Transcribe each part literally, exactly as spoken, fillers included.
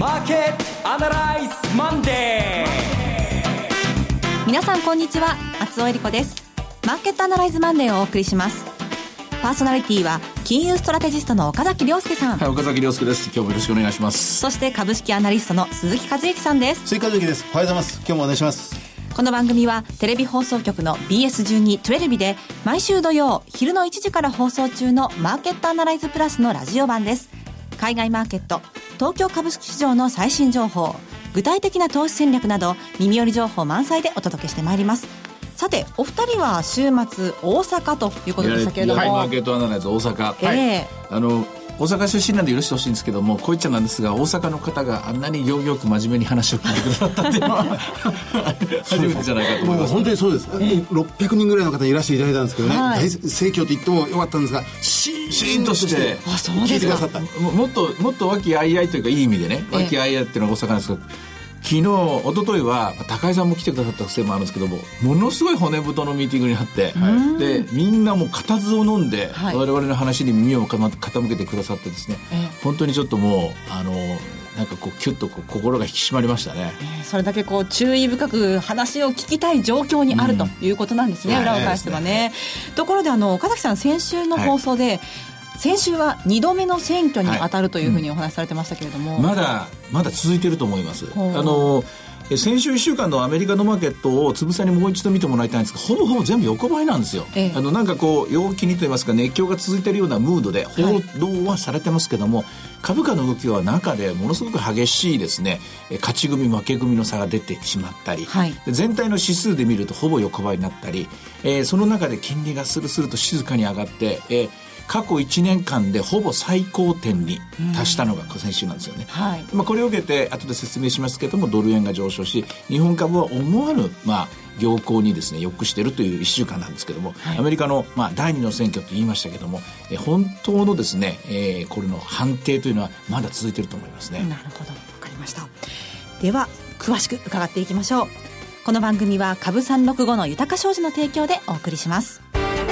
マーケットアナライズマンデー。 皆さんこんにちは、松尾恵理子です。マーケットアナライズマンデーをお送りします。パーソナリティは金融ストラテジストの岡崎亮介さん。 はい、岡崎亮介です。今日もよろしくお願いします。 そして株式アナリストの鈴木和之さんです。 鈴木和之です。おはようございます。今日もお願いします。 この番組はテレビ放送局の ビーエスじゅうに トゥエルビ で毎週土曜昼のいちじから放送中のマーケットアナライズプラスのラジオ版です。海外マーケット、東京株式市場の最新情報、具体的な投資戦略など耳寄り情報満載でお届けしてまいります。さて、お二人は週末大阪ということでしたけれども、 はい、マーケットアナライズ大阪、 えーはい、あの大阪出身なんで許してほしいんですけども、こういっちゃなんですが、大阪の方があんなに行儀よく真面目に話を聞いてくださったっていうのは初めてじゃないかと思います。 本当にそうです。ろっぴゃくにんぐらいの方にいらしていただいたんですけどね、 はい、 大盛況と言ってもよかったんですが、シーンとして聞いてくださった。 もっともっと和気あいあいというか、いい意味でね、和気あいあいっていうのは大阪なんですけど、昨日一昨日は高井さんも来てくださったせいもあるんですけども、ものすごい骨太のミーティングにあって、はい、でみんなもう固唾を飲んで、はい、我々の話に耳を傾けてくださってですね、えー、本当にちょっともうあのなんかこうキュッとこう心が引き締まりましたね。 えー、それだけこう注意深く話を聞きたい状況にある、うん、ということなんですね、裏を返してはね。ところであの岡崎さん、先週の放送で、はい、先週はにどめの選挙に当たるというふうにお話しされてましたけれども、 はい、うん、まだまだ続いていると思います。あの先週いっしゅうかんのアメリカのマーケットをつぶさにもう一度見てもらいたいんですが、ほぼほぼ全部横ばいなんですよ。ええ、あのなんかこう陽気にといいますか、熱狂が続いているようなムードで報道はされてますけども、はい、株価の動きは中でものすごく激しいですね、勝ち組負け組の差が出てしまったり、はい、全体の指数で見るとほぼ横ばいになったり、えー、その中で金利がスルスルと静かに上がって、えー過去いちねんかんでほぼ最高点に達したのが先週なんですよね。はい、まあ、これを受けて後で説明しますけども、ドル円が上昇し、日本株は思わぬ、まあ、行幸にですね良しているといういっしゅうかんなんですけども、はい、アメリカの、まあ、だいにの選挙と言いましたけども、え本当のですね、えー、これの判定というのはまだ続いていると思いますね。 なるほど、わかりました。では詳しく伺っていきましょう。この番組は株さんろくごの豊か商事の提供でお送りします。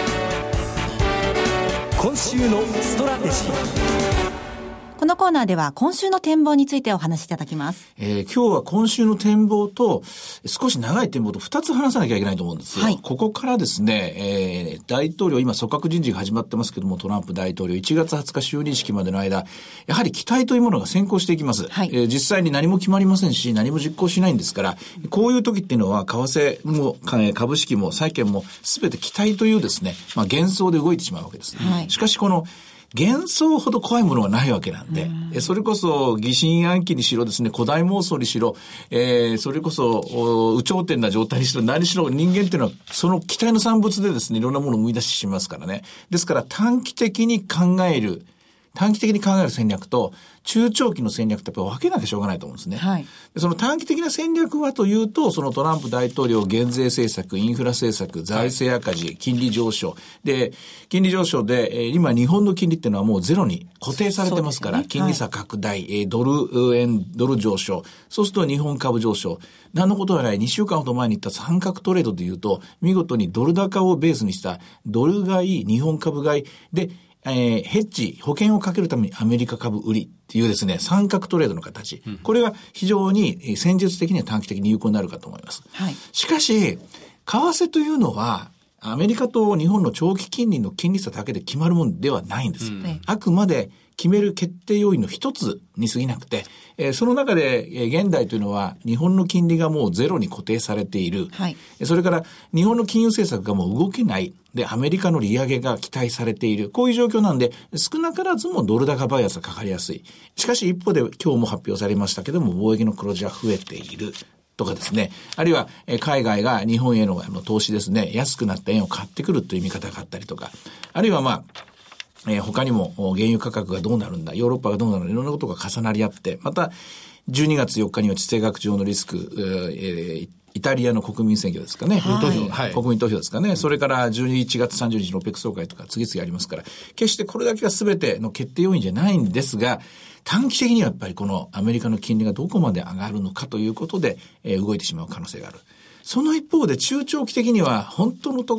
今週のストラテジー。 このコーナーでは今週の展望についてお話しいただきます。 えー、今日は今週の展望と少し長い展望とふたつ話さなきゃいけないと思うんですよ。はい、ここからですね、えー、大統領今組閣人事が始まってますけども、トランプ大統領いちがつはつか就任式までの間、やはり期待というものが先行していきます。はい、えー、実際に何も決まりませんし、何も実行しないんですから、こういう時っていうのは為替も株式も債券も全て期待というですね、まあ、幻想で動いてしまうわけです。はい、しかしこの幻想ほど怖いものはないわけなんで、うん、それこそ疑心暗鬼にしろですね、古代妄想にしろ、えー、それこそ有頂天な状態にしろ、何しろ人間っていうのはその期待の産物でですね、いろんなものを生み出してしまいますからね。ですから短期的に考える短期的に考える戦略と中長期の戦略ってやっぱり分けなきゃしょうがないと思うんですね。はい、その短期的な戦略はというと、そのトランプ大統領減税政策、インフラ政策、財政赤字、金利上昇で、金利上昇で、えー、今日本の金利っていうのはもうゼロに固定されてますから、ね、金利差拡大、はい、ドル円ドル上昇、そうすると日本株上昇、何のことはないにしゅうかんほど前に言った三角トレードでいうと、見事にドル高をベースにしたドル買い、日本株買いで、えー、ヘッジ、保険をかけるためにアメリカ株売りっていうですね、三角トレードの形。うん、これが非常に戦術的には短期的に有効になるかと思います。はい、しかし、為替というのは、アメリカと日本の長期金利の金利差だけで決まるものではないんです。うん、あくまで決める決定要因の一つに過ぎなくて、えー、その中で、えー、現代というのは日本の金利がもうゼロに固定されている。はい、それから日本の金融政策がもう動けない。で、アメリカの利上げが期待されている。こういう状況なんで、少なからずもドル高バイアスがかかりやすい。しかし一方で今日も発表されましたけども、貿易の黒字は増えている。とかですね、あるいは海外が日本への投資ですね、安くなった円を買ってくるという見方があったりとか、あるいはまあ、えー、他にも原油価格がどうなるんだ、ヨーロッパがどうなるんだ、いろんなことが重なり合って、またじゅうにがつよっかには地政学上のリスク、えー、イタリアの国民選挙ですかね、はい、国民投票ですかね、それからじゅういちがつさんじゅうにちのオペック総会とか次々ありますから、決してこれだけが全ての決定要因じゃないんですが、短期的にはやっぱりこのアメリカの金利がどこまで上がるのかということで、えー、動いてしまう可能性がある。その一方で中長期的には本当のところ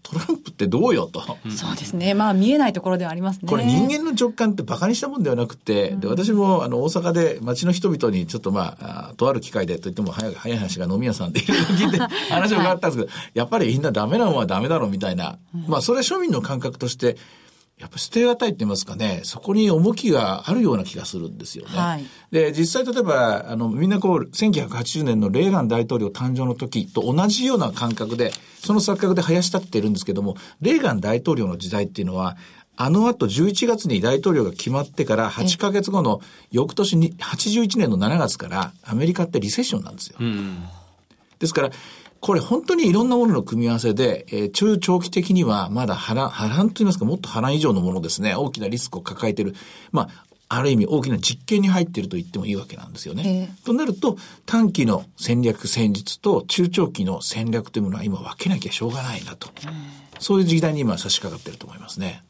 トランプってどうよと、 うん、そうですね。まあ見えないところではありますね。 これ人間の直感ってバカにしたもんではなくて、うん、で私もあの大阪で街の人々にちょっとまあ、あとある機会でといっても早い早い話が飲み屋さんでいろいろ聞いて話を伺ったんですけど、はい、やっぱりみんなダメなものはダメだろうみたいな、うん、まあそれは庶民の感覚としてやっぱ捨てがたいって言いますかね、そこに重きがあるような気がするんですよね。はい、で、実際例えば、あの、みんなこう、せんきゅうひゃくはちじゅうねんのレーガン大統領誕生の時と同じような感覚で、その錯覚で林立っているんですけども、レーガン大統領の時代っていうのは、あの後じゅういちがつに大統領が決まってからはちかげつごの翌年にはちじゅういちねんのしちがつからアメリカってリセッションなんですよ。うん、ですから、これ本当にいろんなものの組み合わせで、えー、中長期的にはまだ波乱、波乱と言いますかもっと波乱以上のものですね、大きなリスクを抱えている。まあ、ある意味大きな実験に入っていると言ってもいいわけなんですよね。えー、となると、短期の戦略戦術と中長期の戦略というものは今分けなきゃしょうがないなと。うん、そういう時代に今差し掛かっていると思いますね。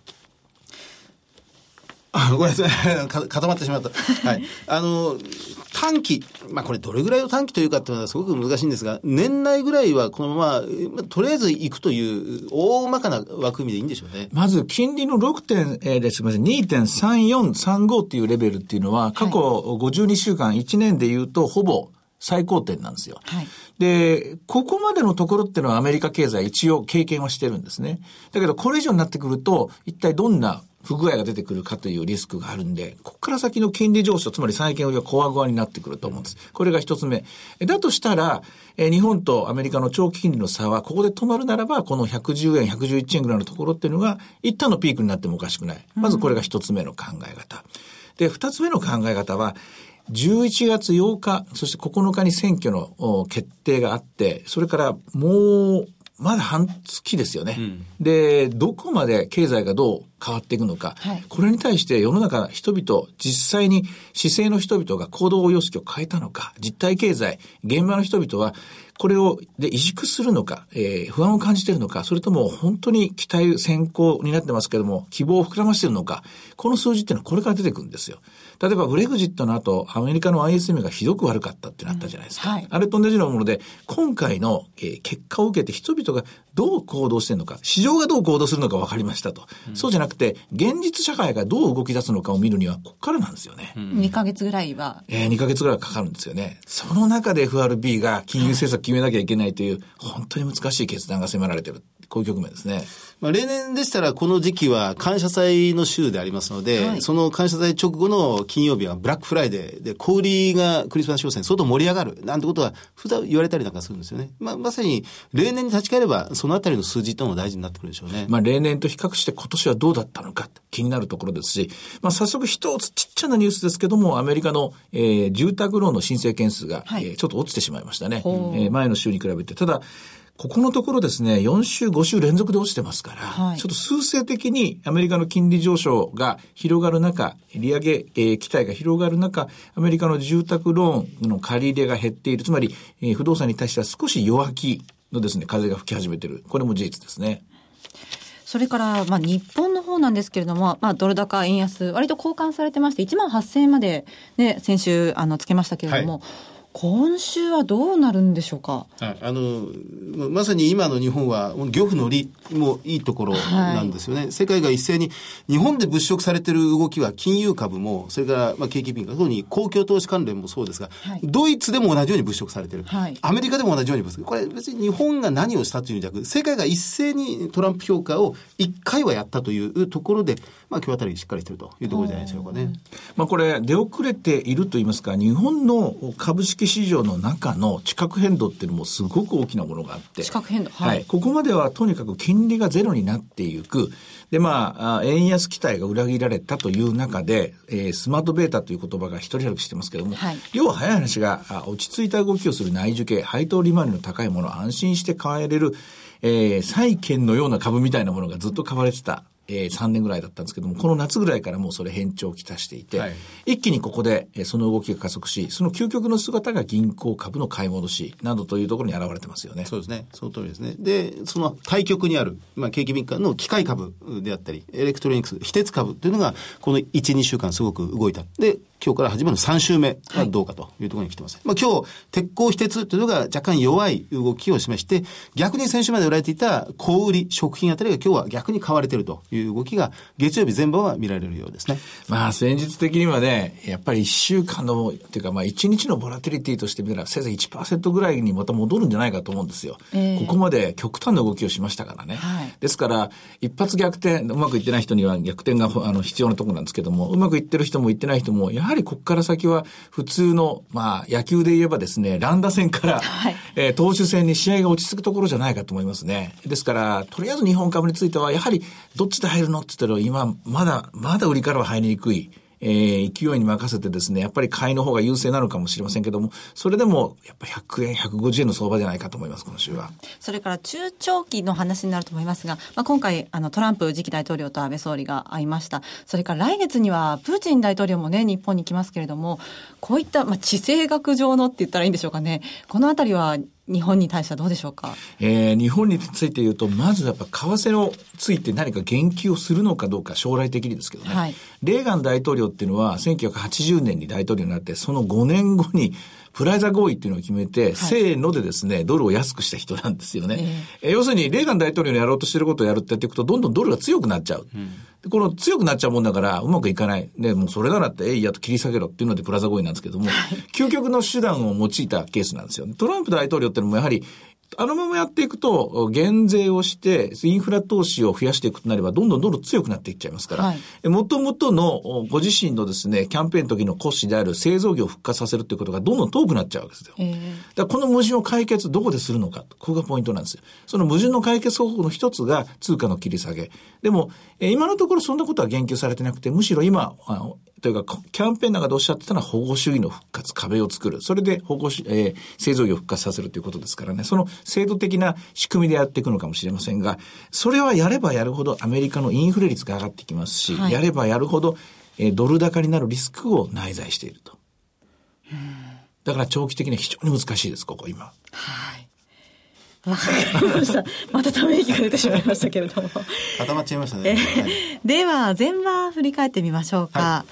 あ、ごめんなさい。固まってしまった。はい。あの、短期、まあこれどれぐらいの短期というかっていうのはすごく難しいんですが、年内ぐらいはこのまま、とりあえず行くという大まかな枠組みでいいんでしょうね。 まず金利のろく点、えー、ですみません、にてんさんよんさんご っていうレベルっていうのは、過去ごじゅうにしゅうかん、いちねんで言うとほぼ最高点なんですよ。はい、で、ここまでのところっていうのはアメリカ経済一応経験はしてるんですね。だけどこれ以上になってくると、一体どんな不具合が出てくるかというリスクがあるんで、ここから先の金利上昇、つまり債券売りはこわごわになってくると思うんです。これが一つ目。だとしたら、え日本とアメリカの長期金利の差は、ここで止まるならば、このひゃくじゅうえん、ひゃくじゅういちえんぐらいのところっていうのが、一旦のピークになってもおかしくない。まずこれが一つ目の考え方。で、二つ目の考え方は、じゅういちがつようか、そしてここのかに選挙の決定があって、それからもう、まだ半月ですよね、うん。で、どこまで経済がどう変わっていくのか。はい、これに対して世の中人々、実際に市政の人々が行動様式を変えたのか、実体経済、現場の人々はこれをで萎縮するのか、えー、不安を感じているのか、それとも本当に期待先行になってますけども、希望を膨らましているのか、この数字っていうのはこれから出てくるんですよ。例えばブレグジットの後、アメリカの アイエスエム がひどく悪かったってなったじゃないですか。うんはい、あれと同じようなもので、今回の、えー、結果を受けて人々がどう行動しているのか、市場がどう行動するのか分かりましたと。うん、そうじゃなくて、現実社会がどう動き出すのかを見るには、ここからなんですよね。 うん、にかげつぐらいは。 えー、にかげつぐらいかかるんですよね。その中で エフアールビー が金融政策決めなきゃいけないという、本当に難しい決断が迫られている。こういう局面ですね。 まあ、例年でしたらこの時期は感謝祭の週でありますので、はい、その感謝祭直後の金曜日はブラックフライデーで小売りがクリスマス商戦相当盛り上がるなんてことは普段言われたりなんかするんですよね。まあ、まさに例年に立ち返ればそのあたりの数字というのも大事になってくるでしょうね。 まあ、例年と比較して今年はどうだったのか気になるところですし、まあ、早速一つちっちゃなニュースですけども、アメリカの、えー、住宅ローンの申請件数が、はい、えー、ちょっと落ちてしまいましたね。えー、前の週に比べて。ただここのところですね、よんしゅう、ごしゅう連続で落ちてますから、はい、ちょっと数勢的にアメリカの金利上昇が広がる中、利上げ、えー、期待が広がる中、アメリカの住宅ローンの借り入れが減っている。つまり、えー、不動産に対しては少し弱気のですね、風が吹き始めている。これも事実ですね。 それから、まあ、日本の方なんですけれども、まあ、ドル高円安、割と交換されてまして、いちまんはっせんえんまで、ね、先週、あの、つけましたけれども、はい、今週はどうなるんでしょうか。 はい、あのまさに今の日本は漁夫の利もいいところなんですよね。はい、世界が一斉に日本で物色されている動きは金融株もそれからまあ景気敏感、特に公共投資関連もそうですが、はい、ドイツでも同じように物色されている、はい、アメリカでも同じように物色、これ別に日本が何をしたというんじゃなく、世界が一斉にトランプ評価をいっかいはやったというところで、まあ、今日あたりしっかりしているというところじゃないでしょうかね。 まあ、これ出遅れているといいますか、日本の株式市場の中の地殻変動っていうのもすごく大きなものがあって、 地殻変動、はいはい、ここまではとにかく金利がゼロになっていく。で、まあ、円安期待が裏切られたという中で、えー、スマートベータという言葉が一人歩きしてますけども、はい、要は早い話が落ち着いた動きをする内需系、配当利回りの高いものを安心して買えれる、えー、債券のような株みたいなものがずっと買われてた。えー、さんねんぐらいだったんですけども、この夏ぐらいからもうそれ変調をきたしていて、はい、一気にここで、えー、その動きが加速し、その究極の姿が銀行株の買い戻しなどというところに現れてますよね。 そうですね。その通りですね。で、その対極にある、まあ、景気敏感の機械株であったり、エレクトロニクス、非鉄株というのが、このいち、にしゅうかんすごく動いた。で、 今日から始まるさん週目はどうかというところに来てます。はい、まあ今日、鉄鋼非鉄というのが若干弱い動きを示して、逆に先週まで売られていた小売り、食品あたりが今日は逆に買われているという動きが月曜日前晩は見られるようですね。 まあ戦術的にはね、やっぱりいっしゅうかんの、というかまあいちにちのボラティリティとして見たらせいぜい いちパーセント ぐらいにまた戻るんじゃないかと思うんですよ。えー、ここまで極端な動きをしましたからね。はい、ですから、一発逆転、うまくいってない人には逆転があの必要なところなんですけども、うまくいってる人もいってない人も、やはりここから先は普通の、まあ野球で言えばですね、乱打戦から、はい、えー、投手戦に試合が落ち着くところじゃないかと思いますね。ですから、とりあえず日本株については、やはりどっちで入るのって言ったら、今、まだ、まだ売りからは入りにくい。えー、勢いに任せてですね、やっぱり買いの方が優勢なのかもしれませんけども、それでもやっぱひゃくえん、ひゃくごじゅうえんの相場じゃないかと思います、今週は。 それから中長期の話になると思いますが、まあ、今回あのトランプ次期大統領と安倍総理が会いました。それから来月にはプーチン大統領もね、日本に来ますけれども、こういった、まあ、地政学上のって言ったらいいんでしょうかね、このあたりは日本に対してはどうでしょうか。 えー、日本について言うと、まずやっぱ為替のついて何か言及をするのかどうか、将来的にですけどね。はい、レーガン大統領っていうのはせんきゅうひゃくはちじゅうねんに大統領になって、そのごねんごにプライザ合意っていうのを決めて、はい、せーのでですね、ドルを安くした人なんですよね。えー、要するに、レーガン大統領のやろうとしてることをやるってやっていくと、どんどんドルが強くなっちゃう。うん、でこの強くなっちゃうもんだから、うまくいかない。で、もうそれならって、えいやと切り下げろっていうのでプラザ合意なんですけども、はい、究極の手段を用いたケースなんですよ。トランプ大統領っていうのもやはり、あのままやっていくと、減税をして、インフラ投資を増やしていくとなれば、どんどんどんどん強くなっていっちゃいますから、はい、元々のご自身のですね、キャンペーンの時の骨子である製造業を復活させるということがどんどん遠くなっちゃうわけですよ。えー、だからこの矛盾を解決どこでするのか、ここがポイントなんですよ。その矛盾の解決方法の一つが通貨の切り下げ。でも、今のところそんなことは言及されてなくて、むしろ今、あのというか、キャンペーンの中でおっしゃってたのは保護主義の復活、壁を作る。それで保護し、えー、製造業を復活させるということですからね。その制度的な仕組みでやっていくのかもしれませんが、それはやればやるほどアメリカのインフレ率が上がってきますし、はい、やればやるほど、えー、ドル高になるリスクを内在していると。だから長期的には非常に難しいです、ここ今。 はい。わかりました。またため息が出てしまいましたけれども。 固まっちゃいましたね。 えーはい、では、前場振り返ってみましょうか。はい、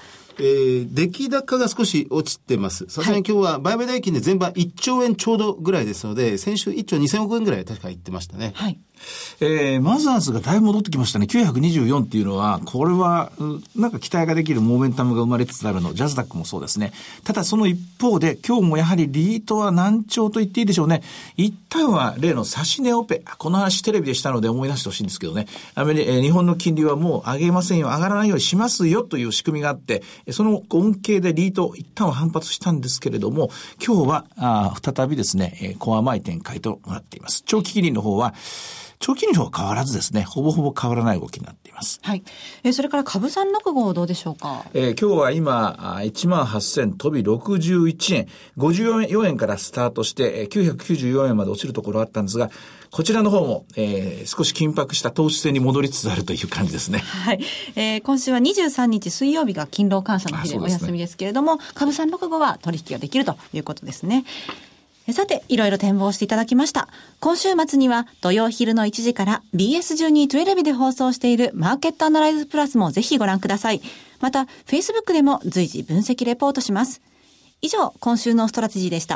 えー、出来高が少し落ちてます。さすがに今日は売買代金で全場いっちょうえんちょうどぐらいですので、先週いっちょうにせんおくえんぐらい確か言ってましたね。はい。 えー、マザーズがだいぶ戻ってきましたね。きゅうひゃくにじゅうよんっていうのは、これは、なんか期待ができるモーメンタムが生まれつつあるの。ジャズダックもそうですね。ただその一方で、今日もやはりリートは難聴と言っていいでしょうね。一旦は例の差し値オペ。この話テレビでしたので思い出してほしいんですけどね。アメリカ、えー、日本の金利はもう上げませんよ、上がらないようにしますよという仕組みがあって、その恩恵でリート一旦は反発したんですけれども、今日は、あ再びですね、えー、小甘い展開となっています。長期金利の方は、長期金利の方は変わらずですね、ほぼほぼ変わらない動きになっています。 はい。えー、それから株さんろくごどうでしょうか。 えー、今日は今、いちまんはっせん飛びろくじゅういちえん、ごじゅうよんえんからスタートして、きゅうひゃくきゅうじゅうよんえんまで落ちるところあったんですが、こちらの方も、えー、少し緊迫した投資戦に戻りつつあるという感じですね。 はい。えー、今週はにじゅうさんにち水曜日が勤労感謝の日でお休みですけれども、ね、株さんろくごは取引ができるということですね。さて、いろいろ展望していただきました。今週末には土曜昼のいちじから ビーエスじゅうに テレビで放送しているマーケットアナライズプラスもぜひご覧ください。また、Facebook でも随時分析レポートします。以上、今週のストラテジーでした。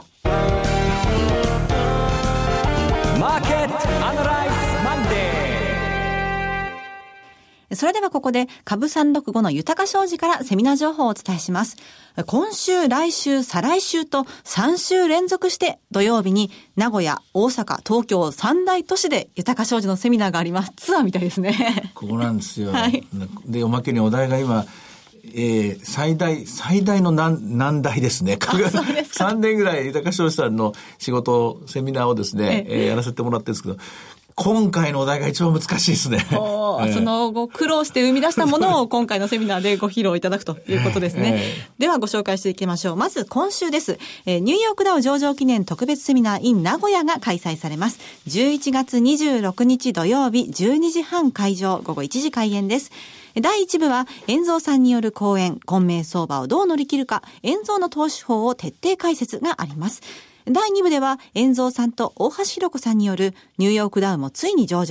マーケットアナライズマンデー。 それではここで株さんろくごの豊か商事からセミナー情報をお伝えします。今週、来週、再来週とさんしゅう連続して土曜日に名古屋、大阪、東京三大都市で豊か商事のセミナーがあります。ツアーみたいですね。 ここなんですよ。 はい、 で、おまけにお題が今、えー、最大、最大の難、難題ですね。さんねんぐらい豊か商事さんの仕事、セミナーをですね、ええー、やらせてもらってるんですけど、今回のお題が一番難しいですね。 おえー、その後苦労して生み出したものを今回のセミナーでご披露いただくということですね。えー、ではご紹介していきましょう。まず今週です。えー、ニューヨークダウ上場記念特別セミナー in 名古屋が開催されます。じゅういちがつにじゅうろくにち土曜日じゅうにじはん会場、午後いちじ開演です。だいいち部は、遠蔵さんによる講演、混迷相場をどう乗り切るか、遠蔵の投資法を徹底解説があります。だいに部では、遠蔵さんと大橋弘子さんによるニューヨークダウもついに上場、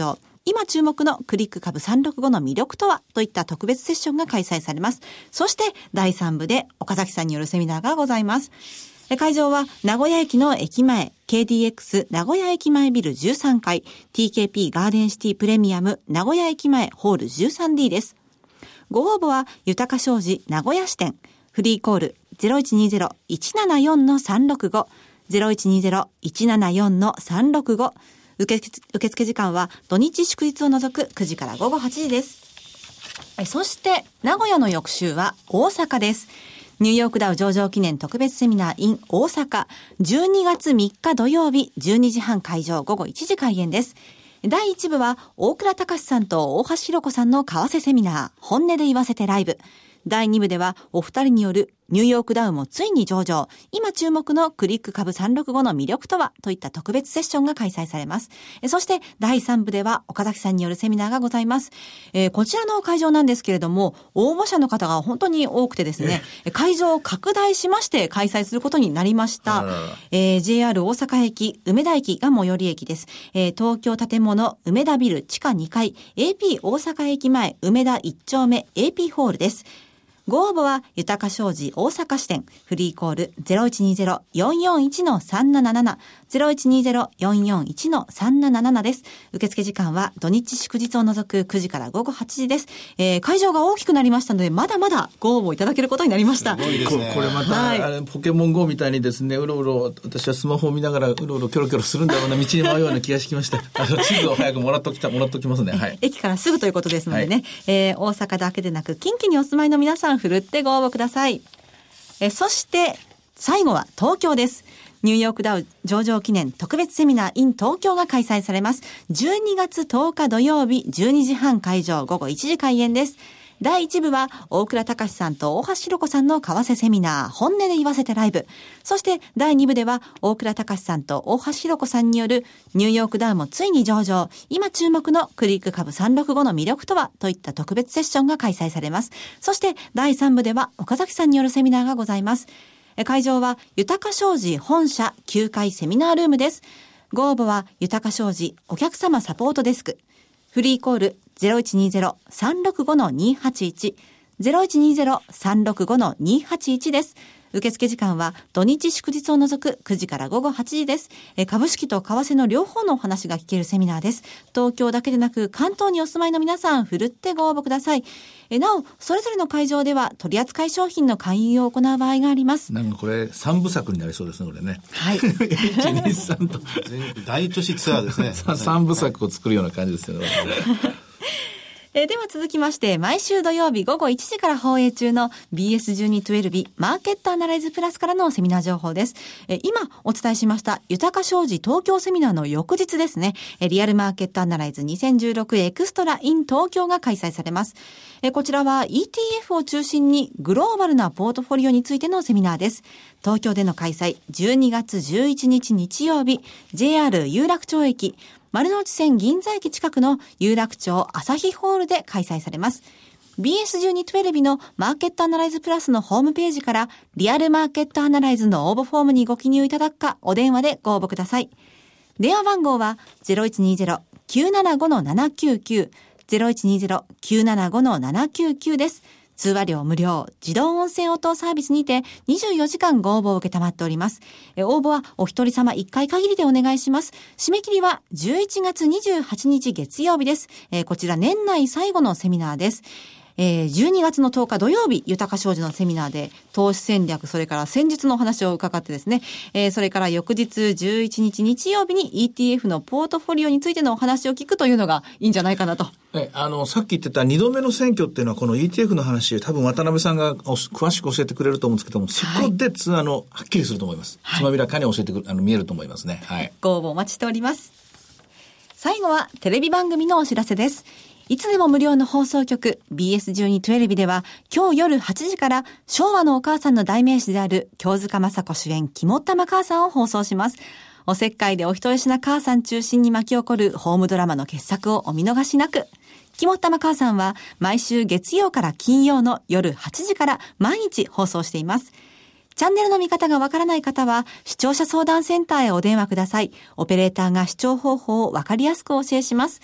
今注目のクリック株さんろくごの魅力とはといった特別セッションが開催されます。そしてだいさん部で岡崎さんによるセミナーがございます。会場は名古屋駅の駅前 ケーディーエックス 名古屋駅前ビルじゅうさんかい ティーケーピー ガーデンシティプレミアム名古屋駅前ホール じゅうさんディー です。ご応募は豊か商事名古屋支店フリーコール ゼロいちにゼロ いちななよん さんろくご ゼロいちにゼロ いちななよん さんろくご受付、受付時間は土日祝日を除くくじから午後はちじです。そして名古屋の翌週は大阪です。ニューヨークダウ上場記念特別セミナー in 大阪じゅうにがつみっか土曜日じゅうにじはん会場午後いちじ開演です。だいいち部は大倉隆さんと大橋ひろ子さんの為替セミナー本音で言わせてライブ。だいに部ではお二人によるニューヨークダウもついに上場。今注目のクリック株さんろくごの魅力とはといった特別セッションが開催されます。そしてだいさん部では岡崎さんによるセミナーがございます。えー、こちらの会場なんですけれども、応募者の方が本当に多くてですね、会場を拡大しまして開催することになりました。えー、ジェイアール 大阪駅、梅田駅が最寄り駅です。えー、東京建物、梅田ビル地下にかい、エーピー 大阪駅前、梅田いっ丁目、エーピー ホールです。ご応募は豊か商事大阪支店フリーコール ゼロいちにゼロ よんよんいち さんなななな ゼロいちにゼロ よんよんいち さんななななです。受付時間は土日祝日を除くくじから午後はちじです。えー、会場が大きくなりましたのでまだまだご応募いただけることになりました。 すごいですね。これまた、はい、あれポケモン ゴー みたいにですね、うろうろ私はスマホを見ながらうろうろキョロキョロするんだろうな、道に迷うような気がしてきました。あの地図を早くもらっときたもらっときますね。はい。 駅からすぐということですのでね、はい、えー、大阪だけでなく近畿にお住まいの皆さんふるってご応募ください。えそして最後は東京です。ニューヨークダウ上場記念特別セミナー in 東京が開催されます。じゅうにがつとおか土曜日じゅうにじはん会場午後いちじ開演です。だいいち部は大倉隆さんと大橋ひろ子さんの為替セミナー本音で言わせてライブ。そしてだいに部では大倉隆さんと大橋ひろ子さんによるニューヨークダウもついに上場、今注目のクリック株さんろくごの魅力とはといった特別セッションが開催されます。そしてだいさん部では岡崎さんによるセミナーがございます。会場は豊か商事本社きゅうかいセミナールームです。ご応募は豊か商事お客様サポートデスクフリーコール ゼロいちにゼロ さんろくご にはちいち ゼロいちにゼロ さんろくご にはちいちです。受付時間は土日祝日を除くくじから午後はちじです。え株式と為替の両方のお話が聞けるセミナーです。東京だけでなく関東にお住まいの皆さんふるってご応募ください。えなおそれぞれの会場では取扱い商品の勧誘を行う場合があります。 なんかこれ三部作になりそうですね、これね。 はい。いちにさんと大都市ツアーですね。 三部作を作るような感じですよね。 えー、では続きまして毎週土曜日午後いちじから放映中の ビーエスじゅうにじゅうに マーケットアナライズプラスからのセミナー情報です。えー、今お伝えしました豊か商事東京セミナーの翌日ですね、えー、リアルマーケットアナライズにせんじゅうろくエクストラ in 東京が開催されます。えー、こちらは イーティーエフ を中心にグローバルなポートフォリオについてのセミナーです。東京での開催じゅうにがつじゅういちにち日曜日 ジェイアール 有楽町駅丸の内線銀座駅近くの有楽町朝日ホールで開催されます。ビーエスじゅうにじゅうに のマーケットアナライズプラスのホームページからリアルマーケットアナライズの応募フォームにご記入いただくかお電話でご応募ください。電話番号は ゼロいちにゼロ きゅうななご ななきゅうきゅう ゼロいちにゼロ きゅうななご ななきゅうきゅうです。通話料無料、自動音声応答サービスにてにじゅうよじかんご応募を受けたまっております。え応募はお一人様いっかい限りでお願いします。締め切りはじゅういちがつにじゅうはちにち月曜日です。えこちら年内最後のセミナーです。えー、じゅうにがつのとおか土曜日、豊か商事のセミナーで投資戦略、それから戦術のお話を伺ってですね、えー、それから翌日じゅういちにち日曜日に イーティーエフ のポートフォリオについてのお話を聞くというのがいいんじゃないかなと。 えあのさっき言ってたにどめの選挙っていうのはこの イーティーエフ の話、多分渡辺さんが詳しく教えてくれると思うんですけども、そこでつ、はい、あのはっきりすると思います。つまびらかに教えてくるあの見えると思いますね。はい。 ご応募お待ちしております。最後はテレビ番組のお知らせです。いつでも無料の放送局 ビーエスじゅうにじゅうに では今日夜はちじから昭和のお母さんの代名詞である京塚雅子主演肝っ玉母さんを放送します。おせっかいでお人よしな母さん中心に巻き起こるホームドラマの傑作をお見逃しなく。肝っ玉母さんは毎週月曜から金曜の夜はちじから毎日放送しています。チャンネルの見方がわからない方は視聴者相談センターへお電話ください。オペレーターが視聴方法をわかりやすくお教えします。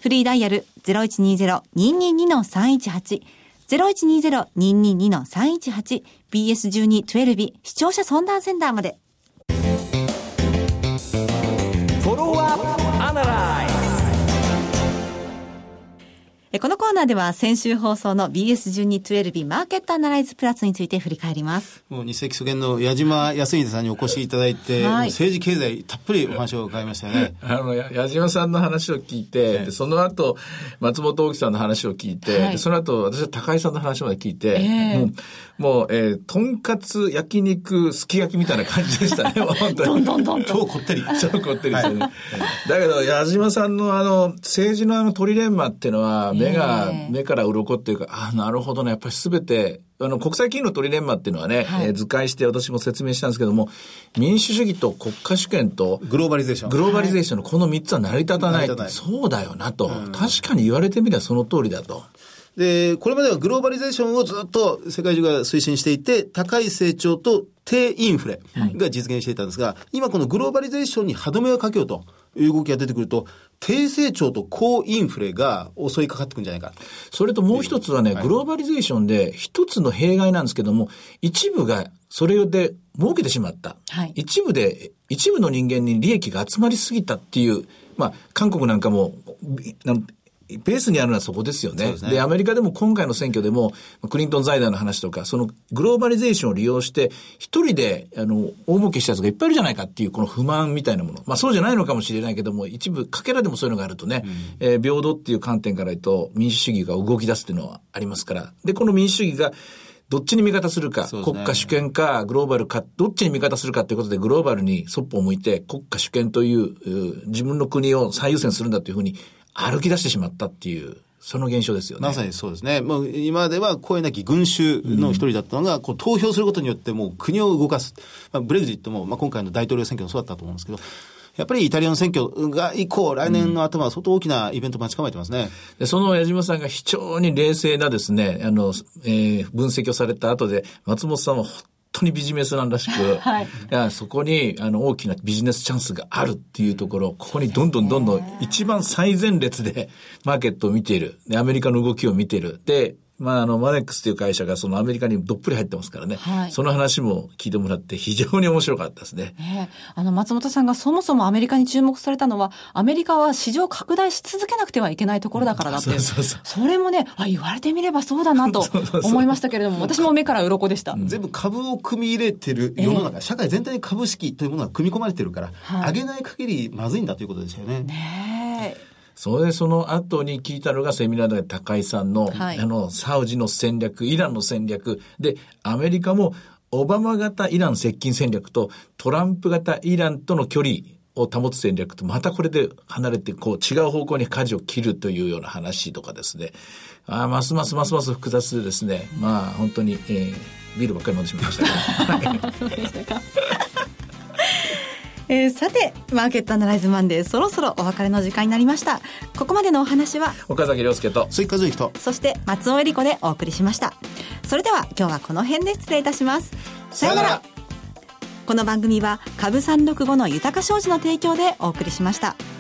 フリーダイヤル ゼロいちにゼロ にーにーにー さんいちはち ゼロいちにゼロ にーにーにー さんいちはち ビーエスじゅうに じゅうに 視聴者相談センターまで。 フォローアップアナライズ。 このコーナーでは先週放送の ビーエスじゅうに じゅうに マーケットアナライズプラスについて振り返ります。 もう日赤初見の矢島康秀さんにお越しいただいて、はい、政治経済たっぷりお話を伺いましたよね。 あの矢島さんの話を聞いて、でその後松本大樹さんの話を聞いて、はい、でその後私は高井さんの話まで聞いて、えー、もうもう、えー、とんかつ焼肉すき焼きみたいな感じでしたね。本当にどんどんどん超こってり超こってりですよね。はい、だけど矢島さんのあの政治のあのトリレンマっていうのは目が、えー、目から鱗っていうか、あなるほどね、やっぱりすべてあの国際金融のトリレンマっていうのはね、はい、えー、図解して私も説明したんですけども、民主主義と国家主権とグローバリゼーショングローバリゼーションのこのみっつは成り立たない、はい、そうだよなと、うん、確かに言われてみればその通りだと。 で、これまではグローバリゼーションをずっと世界中が推進していて、高い成長と低インフレが実現していたんですが、はい、今このグローバリゼーションに歯止めをかけようという動きが出てくると、低成長と高インフレが襲いかかってくるんじゃないか。 それともう一つはね、はい、グローバリゼーションで一つの弊害なんですけども、一部がそれで儲けてしまった。はい、一部で、一部の人間に利益が集まりすぎたっていう、まあ、韓国なんかも、ベースにあるのはそこですよね。で、ね、アメリカでも今回の選挙でも、クリントン財団の話とか、そのグローバリゼーションを利用して、一人で、あの、大儲けしたやつがいっぱいいるじゃないかっていう、この不満みたいなもの。まあそうじゃないのかもしれないけども、一部、かけらでもそういうのがあるとね、うん、えー、平等っていう観点から言うと、民主主義が動き出すっていうのはありますから。で、この民主主義が、どっちに味方するか、ね、国家主権かグローバルか、どっちに味方するかということでグローバルにそっぽを向いて国家主権という、自分の国を最優先するんだというふうに歩き出してしまったっていう、その現象ですよね。 まさにそうですね。もう今までは声なき群衆の一人だったのが、うん、こう投票することによってもう国を動かす。まあ、ブレグジットも、まあ、今回の大統領選挙もそうだったと思うんですけど、やっぱりイタリアの選挙が以降、来年の頭は相当大きなイベント待ち構えてますね。 でその矢島さんが非常に冷静なですね、あの、えー、分析をされた後で、松本さんは本当にビジネスなんらしく、はい、いやそこにあの大きなビジネスチャンスがあるっていうところ、ここにどんどんどんどん一番最前列でマーケットを見ている。で、アメリカの動きを見ている。で、まあ、あの、マネックスという会社がそのアメリカにどっぷり入ってますからね。はい。その話も聞いてもらって非常に面白かったですね。 ねえ。あの、松本さんがそもそもアメリカに注目されたのは、アメリカは市場拡大し続けなくてはいけないところだからだって。うん、そうそうそう。それもね、あ、言われてみればそうだなと思いましたけれども、私も目から鱗でした。 うん、全部株を組み入れてる世の中、えー、社会全体に株式というものが組み込まれてるから、はい、上げない限りまずいんだということですよね。 ねえ。 それでその後に聞いたのがセミナーで高井さんの、はい、あの、サウジの戦略、イランの戦略で、アメリカもオバマ型イラン接近戦略とトランプ型イランとの距離を保つ戦略と、またこれで離れて、こう違う方向に舵を切るというような話とかですね。ああ、ますますますます複雑でですね、まあ本当に、えー、ビールばっかり飲んでしまいましたけど。そうでしたか。 えー、さてマーケットアナライズマンデー、そろそろお別れの時間になりました。ここまでのお話は岡崎亮介と鈴木和之と、 そして松尾恵理子でお送りしました。それでは今日はこの辺で失礼いたします。さよなら。この番組は株さんろくごの豊か商事の提供でお送りしました。